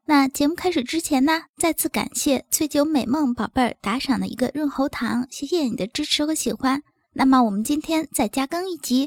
那节目开始之前呢，再次感谢翠酒美梦宝贝儿打赏的一个润喉糖，谢谢你的支持和喜欢。那么我们今天再加更一集。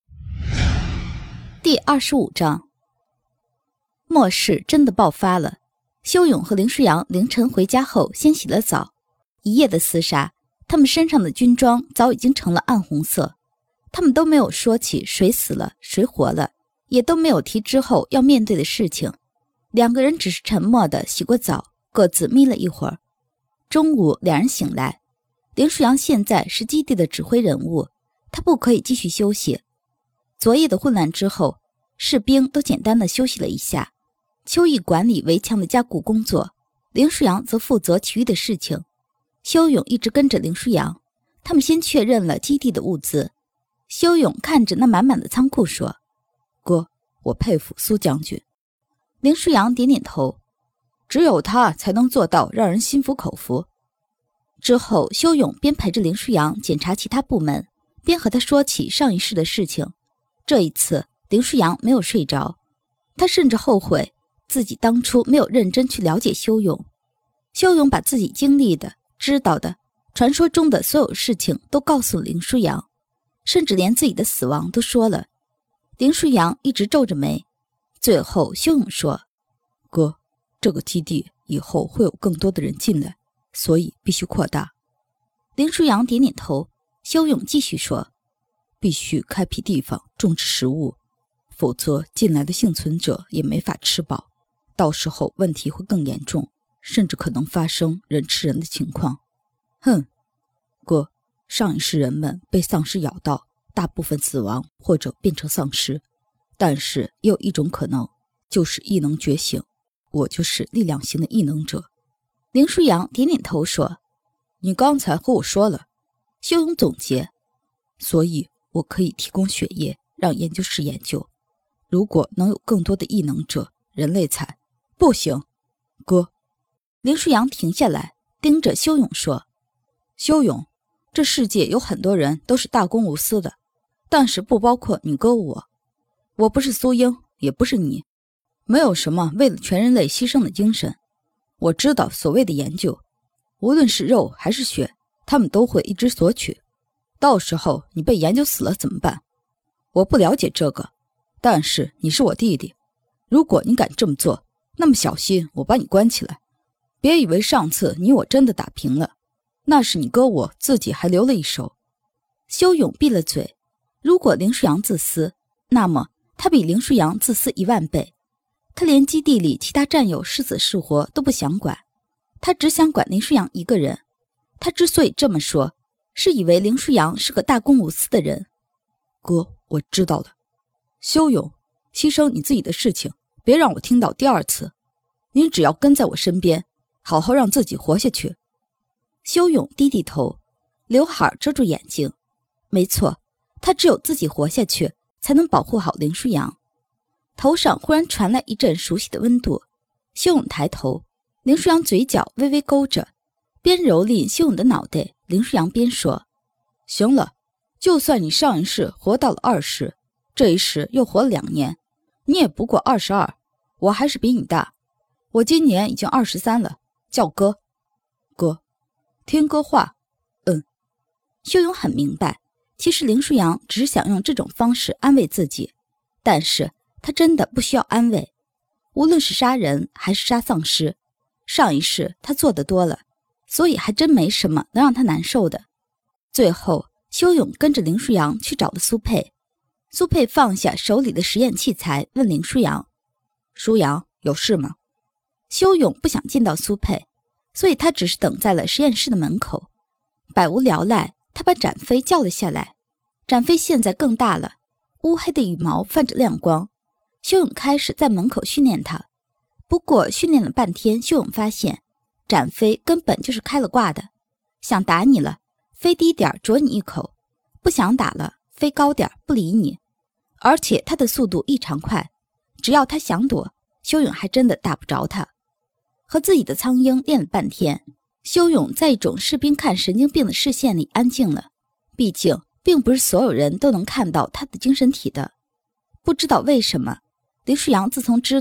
第25章，末世真的爆发了。修勇和林舒扬凌晨回家后先洗了澡，一夜的厮杀，他们身上的军装早已经成了暗红色。他们都没有说起谁死了谁活了，也都没有提之后要面对的事情。两个人只是沉默地洗过澡，各自眯了一会儿。中午两人醒来，林舒扬现在是基地的指挥人物，他不可以继续休息。昨夜的混乱之后，士兵都简单的休息了一下。邱毅管理围墙的加固工作，林舒扬则负责其余的事情。修勇一直跟着林舒扬，他们先确认了基地的物资。修勇看着那满满的仓库说：“哥，我佩服苏将军。”林舒扬点点头，只有他才能做到让人心服口服。之后，修勇边陪着林舒扬检查其他部门，边和他说起上一世的事情。这一次，林舒扬没有睡着，他甚至后悔自己当初没有认真去了解修勇。修勇把自己经历的、知道的、传说中的所有事情都告诉了林舒扬，甚至连自己的死亡都说了。林舒扬一直皱着眉。最后修勇说：“哥，这个基地以后会有更多的人进来，所以必须扩大。”林舒扬点点头。修勇继续说：“必须开辟地方种植食物，否则进来的幸存者也没法吃饱，到时候问题会更严重，甚至可能发生人吃人的情况。”哼，哥，上一世人们被丧尸咬到，大部分死亡或者变成丧尸，但是也有一种可能，就是异能觉醒，我就是力量型的异能者。林舒扬点点头说：“你刚才和我说了。”修勇总结：“所以我可以提供血液，让研究室研究。如果能有更多的异能者，人类才……不行，哥。”林舒扬停下来，盯着修勇说：“修勇，这世界有很多人都是大公无私的，但是不包括你哥我。我不是苏英，也不是你，没有什么为了全人类牺牲的精神。我知道所谓的研究，无论是肉还是血，他们都会一直索取，到时候你被研究死了怎么办？我不了解这个，但是你是我弟弟，如果你敢这么做，那么小心我把你关起来。别以为上次你我真的打平了，那是你哥我自己还留了一手。”修勇闭了嘴。如果林舒扬自私，那么他比林舒扬自私10000倍。他连基地里其他战友是死是活都不想管，他只想管林舒扬一个人。他之所以这么说，是以为林舒扬是个大公无私的人。哥，我知道了。修勇，牺牲你自己的事情，别让我听到第2次。你只要跟在我身边，好好让自己活下去。修勇低低头，刘海遮住眼睛。没错，他只有自己活下去，才能保护好林舒扬。头上忽然传来一阵熟悉的温度，修勇抬头，林舒扬嘴角微微勾着，边蹂躏修勇的脑袋，林舒扬边说：“行了，就算你上一世活到了2世，这一世又活了2年，你也不过22，我还是比你大。我今年已经23了，叫哥。哥，听哥话。”修勇很明白，其实林舒扬只是想用这种方式安慰自己，但是他真的不需要安慰。无论是杀人还是杀丧尸，上一世他做得多了，所以还真没什么能让他难受的。最后，修勇跟着林舒扬去找了苏佩。苏佩放下手里的实验器材，问林舒扬：“舒扬，有事吗？”修勇不想见到苏佩，所以他只是等在了实验室的门口。百无聊赖，他把展飞叫了下来。展飞现在更大了，乌黑的羽毛泛着亮光。修勇开始在门口训练他，不过训练了半天，修勇发现展飞根本就是开了挂的，想打你了，飞低点啄你一口；不想打了，飞高点不理你。而且他的速度异常快，只要他想躲，修勇还真的打不着他。和自己的苍鹰练了半天，修勇在一种士兵看神经病的视线里安静了。毕竟并不是所有人都能看到他的精神体的。不知道为什么，林舒扬自从知道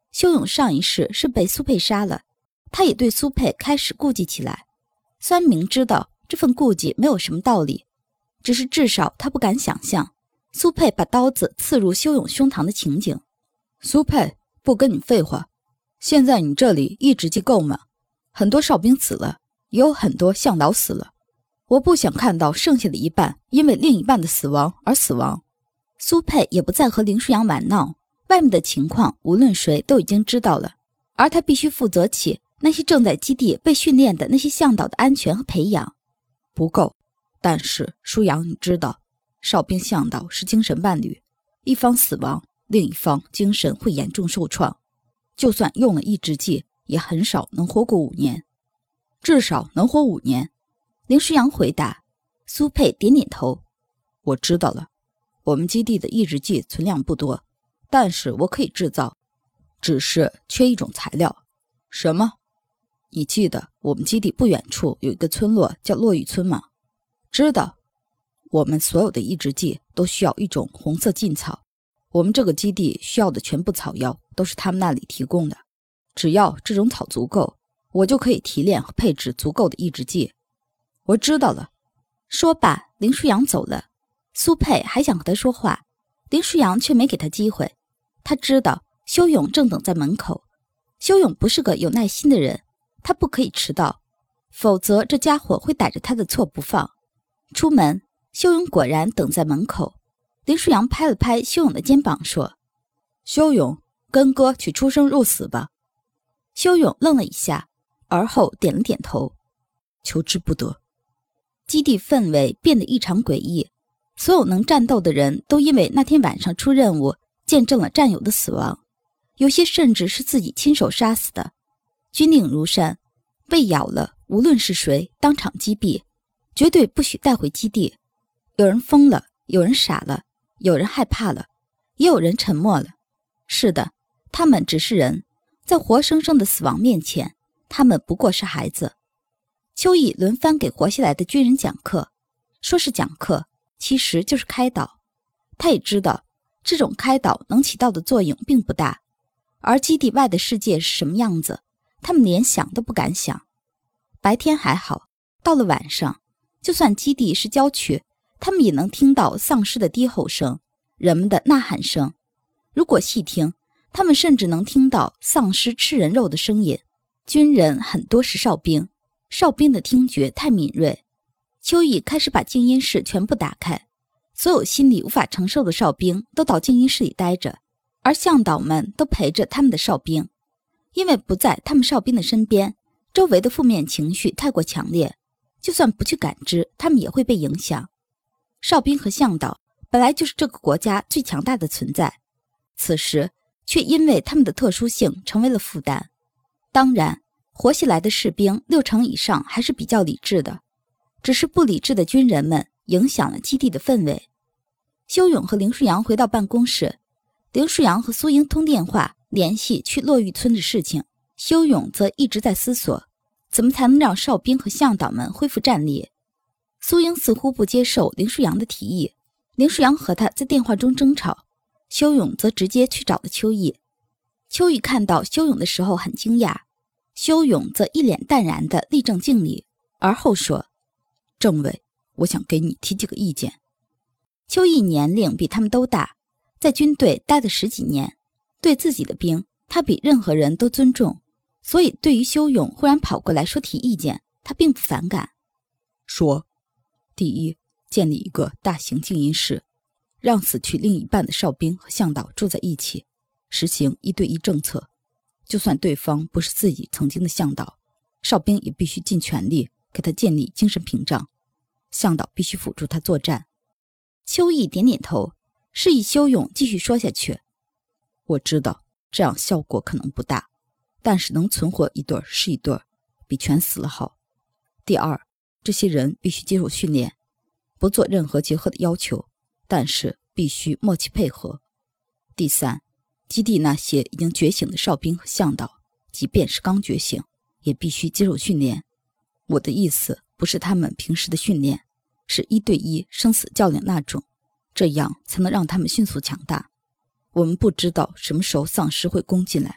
修勇上一世是被苏佩杀了，他也对苏佩开始顾忌起来。虽然明知道这份顾忌没有什么道理，只是至少他不敢想象苏佩把刀子刺入修勇胸膛的情景。 苏佩，不跟你废话，现在你这里意志剂够吗？很多哨兵死了，也有很多向导死了，我不想看到剩下的一半因为另一半的死亡而死亡。 苏佩也不再和林舒扬玩闹，外面的情况无论谁都已经知道了，而他必须负责起那些正在基地被训练的那些向导的安全和培养。 不够，但是舒扬，你知道，哨兵向导是精神伴侣，一方死亡，另一方精神会严重受创，就算用了抑制剂，也很少能活过5年，至少能活5年。 林舒扬回答。苏佩点点头。 我知道了，我们基地的抑制剂存量不多，但是我可以制造，只是缺一种材料。什么？你记得我们基地不远处有一个村落叫落玉村吗？知道。我们所有的抑制剂都需要一种红色劲草，我们这个基地需要的全部草药都是他们那里提供的，只要这种草足够，我就可以提炼和配置足够的抑制剂。我知道了。 说罢，林舒扬走了。苏佩还想和他说话，林舒扬却没给他机会。他知道修勇正等在门口，修勇不是个有耐心的人，他不可以迟到，否则这家伙会逮着他的错不放。出门，修勇果然等在门口。林舒扬拍了拍修勇的肩膀说： 修勇，跟哥去出生入死吧。 修勇愣了一下，而后点了点头。 求之不得。 基地氛围变得异常诡异，所有能战斗的人都因为那天晚上出任务见证了战友的死亡，有些甚至是自己亲手杀死的。军令如山，被咬了无论是谁当场击毙，绝对不许带回基地。有人疯了，有人傻了，有人害怕了，也有人沉默了。是的，他们只是人，在活生生的死亡面前，他们不过是孩子。邱毅轮番给活下来的军人讲课，说是讲课，其实就是开导。他也知道这种开导能起到的作用并不大，而基地外的世界是什么样子，他们连想都不敢想。白天还好，到了晚上，就算基地是郊区，他们也能听到丧尸的低吼声，人们的呐喊声。如果细听，他们甚至能听到丧尸吃人肉的声音。军人很多是哨兵，哨兵的听觉太敏锐。邱毅开始把静音室全部打开，所有心里无法承受的哨兵都到静音室里待着，而向导们都陪着他们的哨兵。因为不在他们哨兵的身边，周围的负面情绪太过强烈，就算不去感知，他们也会被影响。哨兵和向导本来就是这个国家最强大的存在，此时却因为他们的特殊性成为了负担。当然，活下来的士兵60%以上还是比较理智的，只是不理智的军人们影响了基地的氛围。修勇和林舒扬回到办公室，林舒扬和苏英通电话联系去落玉村的事情，修勇则一直在思索怎么才能让哨兵和向导们恢复战力。苏英似乎不接受林舒扬的提议，林舒扬和他在电话中争吵，修勇则直接去找了邱毅。邱毅看到修勇的时候很惊讶，修勇则一脸淡然地立正敬礼，而后说： 政委，我想给你提几个意见。 邱毅年龄比他们都大，在军队待了10几年，对自己的兵他比任何人都尊重，所以对于修勇忽然跑过来说提意见，他并不反感。 说，第一，建立一个大型静音室，让死去另一半的哨兵和向导住在一起，实行1对1政策。就算对方不是自己曾经的向导，哨兵也必须尽全力给他建立精神屏障，向导必须辅助他作战。 邱毅点点头，示意修勇继续说下去。 我知道这样效果可能不大，但是能存活一对是一对，比全死了好。第二，这些人必须接受训练，不做任何结合的要求，但是必须默契配合。第三，基地那些已经觉醒的哨兵和向导，即便是刚觉醒，也必须接受训练。我的意思不是他们平时的训练，是1对1生死较量那种，这样才能让他们迅速强大。我们不知道什么时候丧尸会攻进来，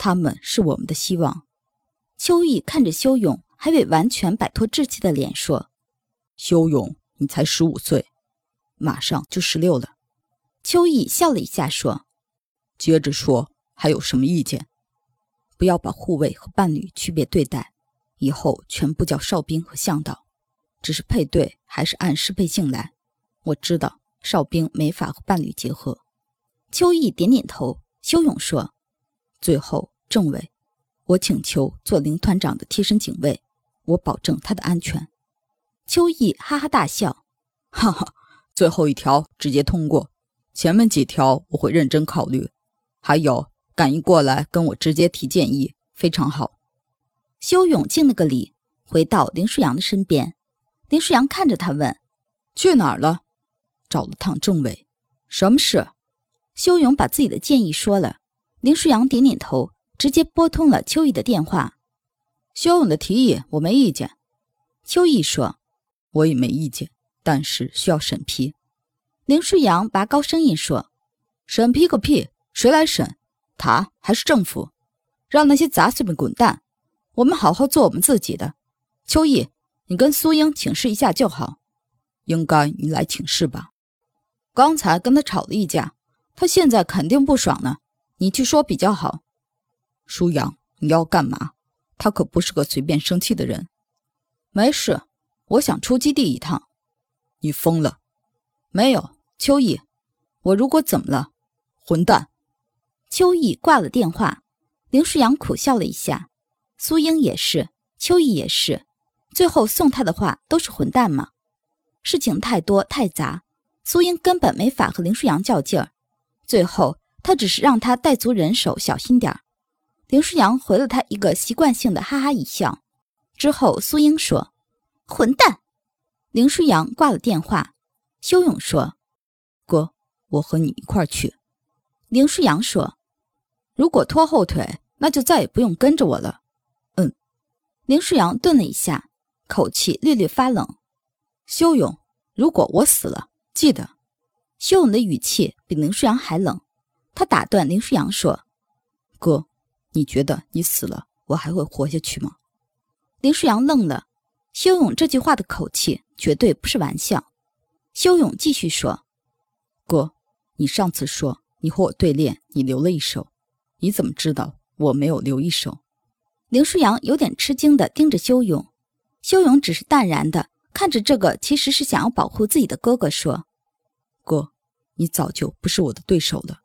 他们是我们的希望。 秋意看着修勇还未完全摆脱稚气的脸说： 修勇，你才15岁，马上就16了。 秋意笑了一下说： 接着说，还有什么意见？不要把护卫和伴侣区别对待，以后全部叫哨兵和向导，只是配对还是按适配性来。我知道哨兵没法和伴侣结合。 秋意点点头。修勇说： 最后，政委，我请求做林团长的贴身警卫，我保证他的安全。 秋意哈哈大笑： 哈哈，最后一条直接通过，前面几条我会认真考虑。还有，敢于过来跟我直接提建议，非常好。 修勇敬了个礼，回到林舒扬的身边。林舒扬看着他问： 去哪儿了？找了趟政委。什么事？ 修勇把自己的建议说了。林舒扬点点头，直接拨通了秋意的电话。 修勇的提议我没意见。 秋意说： 我也没意见，但是需要审批。 林舒扬拔高声音说： 审批个屁，谁来审？他还是政府？让那些杂碎们滚蛋，我们好好做我们自己的。秋意，你跟苏英请示一下就好。应该你来请示吧。刚才跟他吵了一架，他现在肯定不爽呢，你去说比较好。舒扬，你要干嘛？他可不是个随便生气的人。没事，我想出基地一趟。你疯了？没有，秋意，我如果怎么了？混蛋！ 秋意挂了电话。林舒扬苦笑了一下，苏英也是，秋意也是，最后送他的话都是混蛋吗？事情太多太杂，苏英根本没法和林舒扬较劲儿。最后他只是让他带足人手，小心点儿。林舒扬回了他一个习惯性的哈哈一笑。之后苏英说：混蛋！林舒扬挂了电话。修勇说： 哥，我和你一块儿去。 林舒扬说： 如果拖后腿，那就再也不用跟着我了。 林舒扬顿了一下，口气略略发冷。 修勇，如果我死了，记得。 修勇的语气比林舒扬还冷。他打断林舒扬说： 哥，你觉得你死了，我还会活下去吗？ 林舒扬愣了，修勇这句话的口气绝对不是玩笑。修勇继续说： 哥，你上次说你和我对练，你留了一手，你怎么知道我没有留一手？ 林舒扬有点吃惊地盯着修勇。修勇只是淡然地看着这个其实是想要保护自己的哥哥说： 哥，你早就不是我的对手了。